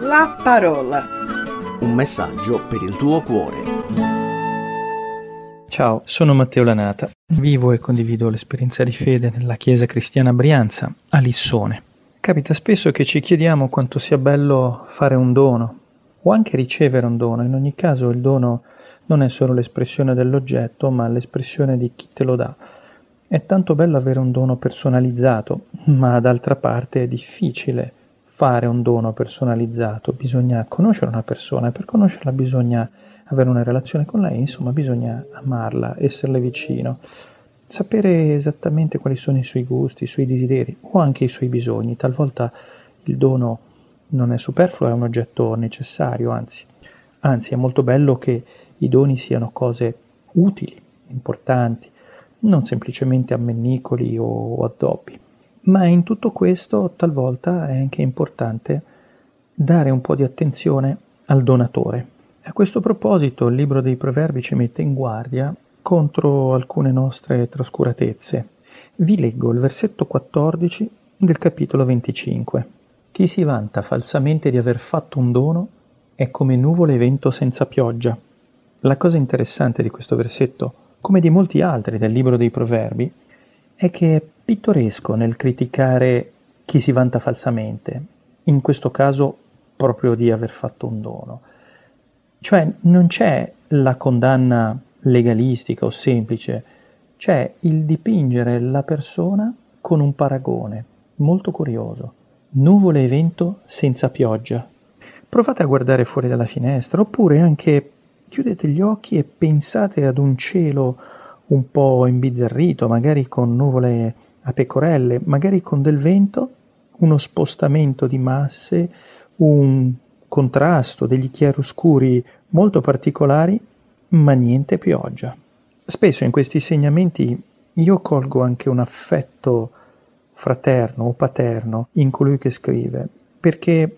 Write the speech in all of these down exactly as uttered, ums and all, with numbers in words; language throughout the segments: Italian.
La parola. Un messaggio per il tuo cuore. Ciao, sono Matteo Lanata. Vivo e condivido l'esperienza di fede nella Chiesa Cristiana Brianza, a Lissone. Capita spesso che ci chiediamo quanto sia bello fare un dono, o anche ricevere un dono. In ogni caso il dono non è solo l'espressione dell'oggetto, ma l'espressione di chi te lo dà. È tanto bello avere un dono personalizzato, ma d'altra parte è difficile fare un dono personalizzato. Bisogna conoscere una persona e per conoscerla bisogna avere una relazione con lei, insomma bisogna amarla, esserle vicino, sapere esattamente quali sono i suoi gusti, i suoi desideri o anche i suoi bisogni. Talvolta il dono non è superfluo, è un oggetto necessario, anzi, anzi è molto bello che i doni siano cose utili, importanti, non semplicemente ammennicoli o addobbi. Ma in tutto questo talvolta è anche importante dare un po' di attenzione al donatore. A questo proposito il libro dei Proverbi ci mette in guardia contro alcune nostre trascuratezze. Vi leggo il versetto quattordici del capitolo venticinque. Chi si vanta falsamente di aver fatto un dono è come nuvole e vento senza pioggia. La cosa interessante di questo versetto, come di molti altri del libro dei Proverbi, è che è pittoresco nel criticare chi si vanta falsamente, in questo caso proprio di aver fatto un dono. Cioè non c'è la condanna legalistica o semplice, c'è il dipingere la persona con un paragone molto curioso. Nuvole e vento senza pioggia. Provate a guardare fuori dalla finestra, oppure anche chiudete gli occhi e pensate ad un cielo un po' imbizzarrito, magari con nuvole a pecorelle, magari con del vento, uno spostamento di masse, un contrasto, degli chiaroscuri molto particolari, ma niente pioggia. Spesso in questi insegnamenti io colgo anche un affetto fraterno o paterno in colui che scrive, perché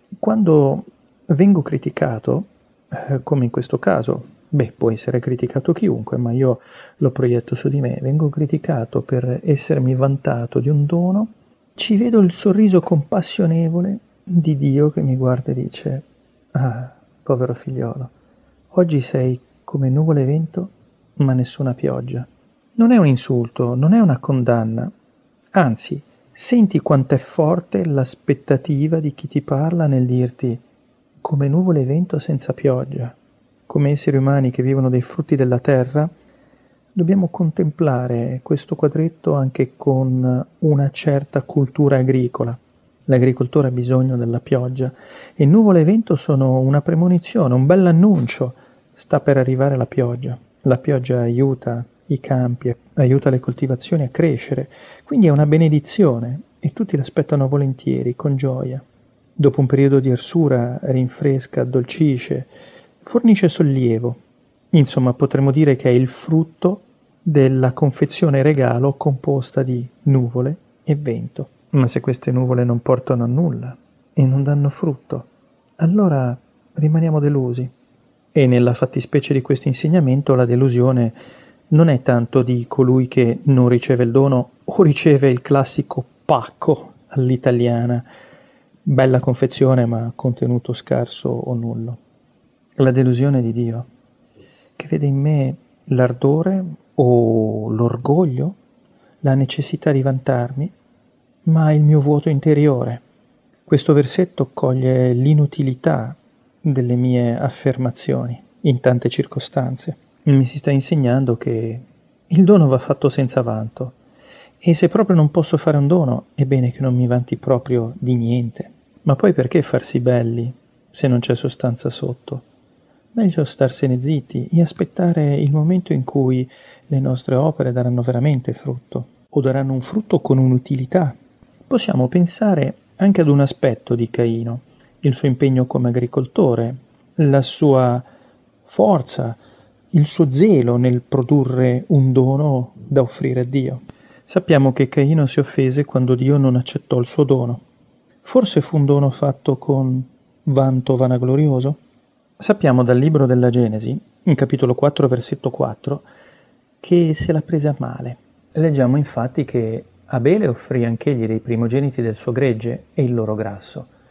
quando vengo criticato, eh, come in questo caso, beh, può essere criticato chiunque, ma io lo proietto su di me, vengo criticato per essermi vantato di un dono, ci vedo il sorriso compassionevole di Dio che mi guarda e dice: ah, povero figliolo, oggi sei come nuvole e vento, ma nessuna pioggia. Non è un insulto, non è una condanna, anzi, senti quanto è forte l'aspettativa di chi ti parla nel dirti come nuvole e vento senza pioggia. Come esseri umani che vivono dei frutti della terra, dobbiamo contemplare questo quadretto anche con una certa cultura agricola. L'agricoltore ha bisogno della pioggia e nuvole e vento sono una premonizione, un bell'annuncio. Sta per arrivare la pioggia. La pioggia aiuta i campi, aiuta le coltivazioni a crescere, quindi è una benedizione e tutti l'aspettano volentieri, con gioia. Dopo un periodo di arsura rinfresca, addolcisce, fornisce sollievo. Insomma, potremmo dire che è il frutto della confezione regalo composta di nuvole e vento. Ma se queste nuvole non portano a nulla e non danno frutto, allora rimaniamo delusi. E nella fattispecie di questo insegnamento la delusione non è tanto di colui che non riceve il dono o riceve il classico pacco all'italiana, bella confezione ma contenuto scarso o nullo. La delusione di Dio, che vede in me l'ardore o l'orgoglio, la necessità di vantarmi, ma il mio vuoto interiore. Questo versetto coglie l'inutilità delle mie affermazioni in tante circostanze. Mi si sta insegnando che il dono va fatto senza vanto, e se proprio non posso fare un dono, è bene che non mi vanti proprio di niente. Ma poi perché farsi belli se non c'è sostanza sotto? Meglio starsene zitti e aspettare il momento in cui le nostre opere daranno veramente frutto, o daranno un frutto con un'utilità. Possiamo pensare anche ad un aspetto di Caino, il suo impegno come agricoltore, la sua forza, il suo zelo nel produrre un dono da offrire a Dio. Sappiamo che Caino si offese quando Dio non accettò il suo dono. Forse fu un dono fatto con vanto vanaglorioso? Sappiamo dal libro della Genesi, in capitolo quattro, versetto quattro, che se la prese a male. Leggiamo infatti che Abele offrì anch'egli dei primogeniti del suo gregge e il loro grasso,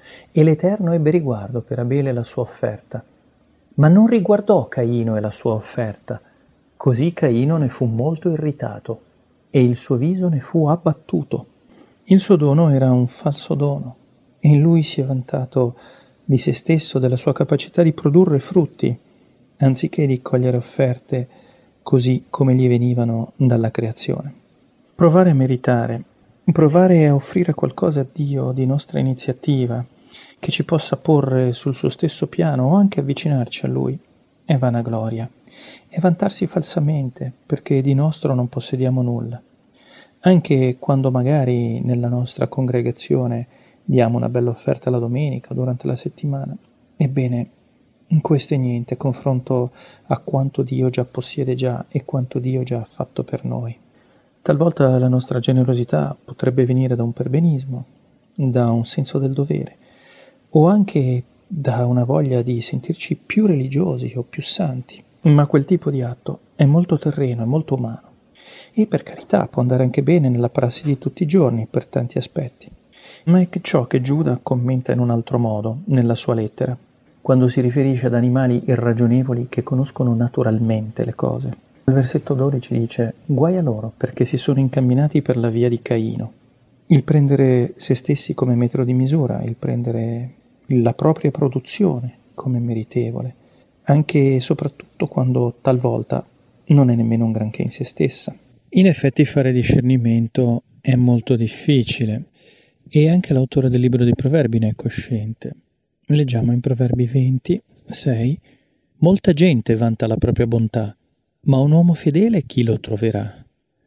e l'Eterno ebbe riguardo per Abele e la sua offerta, ma non riguardò Caino e la sua offerta. Così Caino ne fu molto irritato e il suo viso ne fu abbattuto. Il suo dono era un falso dono e lui si è vantato di se stesso, della sua capacità di produrre frutti, anziché di cogliere offerte così come gli venivano dalla creazione. Provare a meritare, provare a offrire qualcosa a Dio di nostra iniziativa, che ci possa porre sul suo stesso piano o anche avvicinarci a Lui, è vanagloria, è vantarsi falsamente perché di nostro non possediamo nulla. Anche quando magari nella nostra congregazione diamo una bella offerta la domenica o durante la settimana, ebbene, questo è niente a confronto a quanto Dio già possiede già e quanto Dio già ha fatto per noi. Talvolta la nostra generosità potrebbe venire da un perbenismo, da un senso del dovere, o anche da una voglia di sentirci più religiosi o più santi, ma quel tipo di atto è molto terreno, è molto umano e per carità può andare anche bene nella prassi di tutti i giorni per tanti aspetti, ma è ciò che Giuda commenta in un altro modo nella sua lettera, quando si riferisce ad animali irragionevoli che conoscono naturalmente le cose. Il versetto dodici dice: «Guai a loro perché si sono incamminati per la via di Caino». Il prendere se stessi come metro di misura, il prendere la propria produzione come meritevole, anche e soprattutto quando talvolta non è nemmeno un granché in se stessa. In effetti fare discernimento è molto difficile e anche l'autore del libro dei Proverbi ne è cosciente. Leggiamo in Proverbi venti, sei: «Molta gente vanta la propria bontà, ma un uomo fedele chi lo troverà?»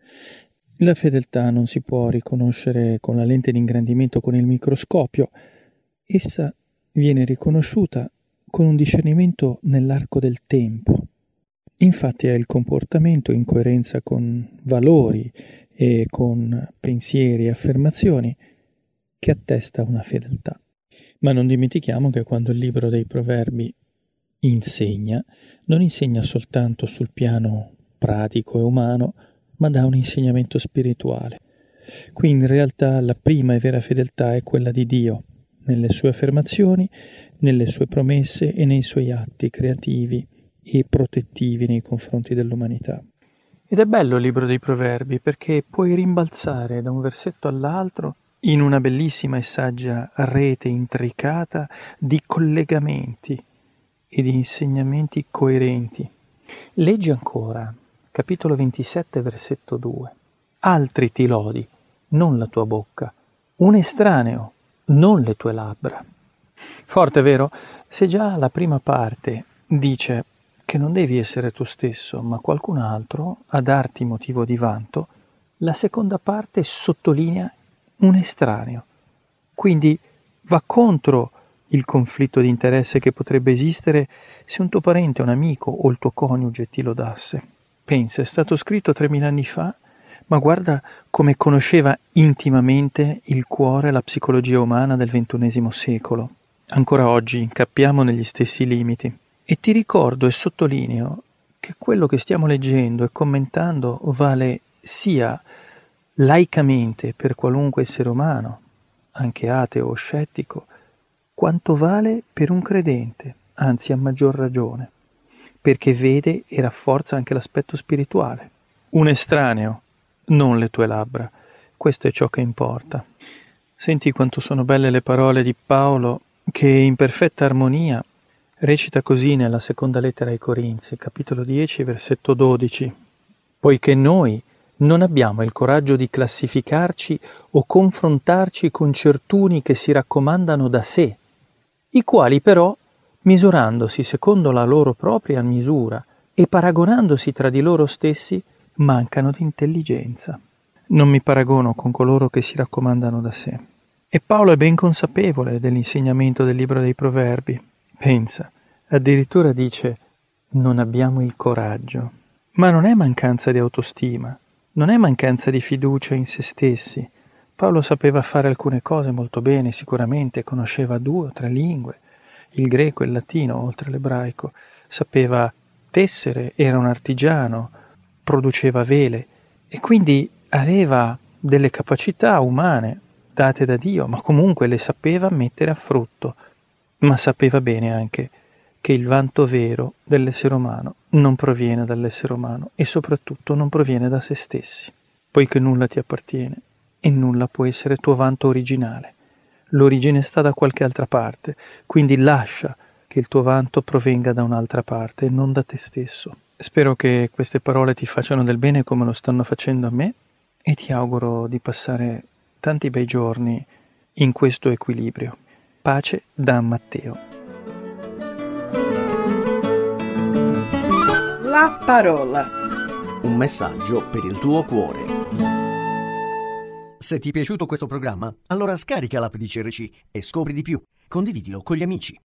La fedeltà non si può riconoscere con la lente di ingrandimento con il microscopio, essa viene riconosciuta con un discernimento nell'arco del tempo. Infatti è il comportamento in coerenza con valori e con pensieri e affermazioni che attesta una fedeltà. Ma non dimentichiamo che quando il libro dei Proverbi insegna, non insegna soltanto sul piano pratico e umano, ma dà un insegnamento spirituale. Qui in realtà la prima e vera fedeltà è quella di Dio, nelle sue affermazioni, nelle sue promesse e nei suoi atti creativi e protettivi nei confronti dell'umanità. Ed è bello il libro dei Proverbi perché puoi rimbalzare da un versetto all'altro in una bellissima e saggia rete intricata di collegamenti e di insegnamenti coerenti. Leggi ancora, capitolo ventisette, versetto due. «Altri ti lodi, non la tua bocca, un estraneo, non le tue labbra». Forte, vero? Se già la prima parte dice che non devi essere tu stesso, ma qualcun altro a darti motivo di vanto, la seconda parte sottolinea un estraneo. Quindi va contro il conflitto di interesse che potrebbe esistere se un tuo parente, un amico o il tuo coniuge ti lodasse. Pensa, è stato scritto tremila anni fa, ma guarda come conosceva intimamente il cuore e la psicologia umana del ventunesimo secolo. Ancora oggi incappiamo negli stessi limiti. E ti ricordo e sottolineo che quello che stiamo leggendo e commentando vale sia laicamente per qualunque essere umano, anche ateo o scettico, quanto vale per un credente, anzi a maggior ragione, perché vede e rafforza anche l'aspetto spirituale. Un estraneo, non le tue labbra, questo è ciò che importa. Senti quanto sono belle le parole di Paolo, che in perfetta armonia recita così nella seconda lettera ai Corinzi, capitolo dieci, versetto dodici: «Poiché noi non abbiamo il coraggio di classificarci o confrontarci con certuni che si raccomandano da sé, i quali però, misurandosi secondo la loro propria misura e paragonandosi tra di loro stessi, mancano di intelligenza». Non mi paragono con coloro che si raccomandano da sé. E Paolo è ben consapevole dell'insegnamento del libro dei Proverbi. Pensa, addirittura dice: non abbiamo il coraggio. Ma non è mancanza di autostima, non è mancanza di fiducia in se stessi. Paolo sapeva fare alcune cose molto bene, sicuramente, conosceva due o tre lingue, il greco e il latino, oltre all'ebraico. Sapeva tessere, era un artigiano, produceva vele e quindi aveva delle capacità umane date da Dio, ma comunque le sapeva mettere a frutto, ma sapeva bene anche che il vanto vero dell'essere umano non proviene dall'essere umano e soprattutto non proviene da se stessi, poiché nulla ti appartiene e nulla può essere tuo vanto originale. L'origine sta da qualche altra parte, quindi lascia che il tuo vanto provenga da un'altra parte e non da te stesso. Spero che queste parole ti facciano del bene come lo stanno facendo a me e ti auguro di passare tanti bei giorni in questo equilibrio. Pace da Matteo. La parola. Un messaggio per il tuo cuore. Se ti è piaciuto questo programma, allora scarica l'app di C R C e scopri di più. Condividilo con gli amici.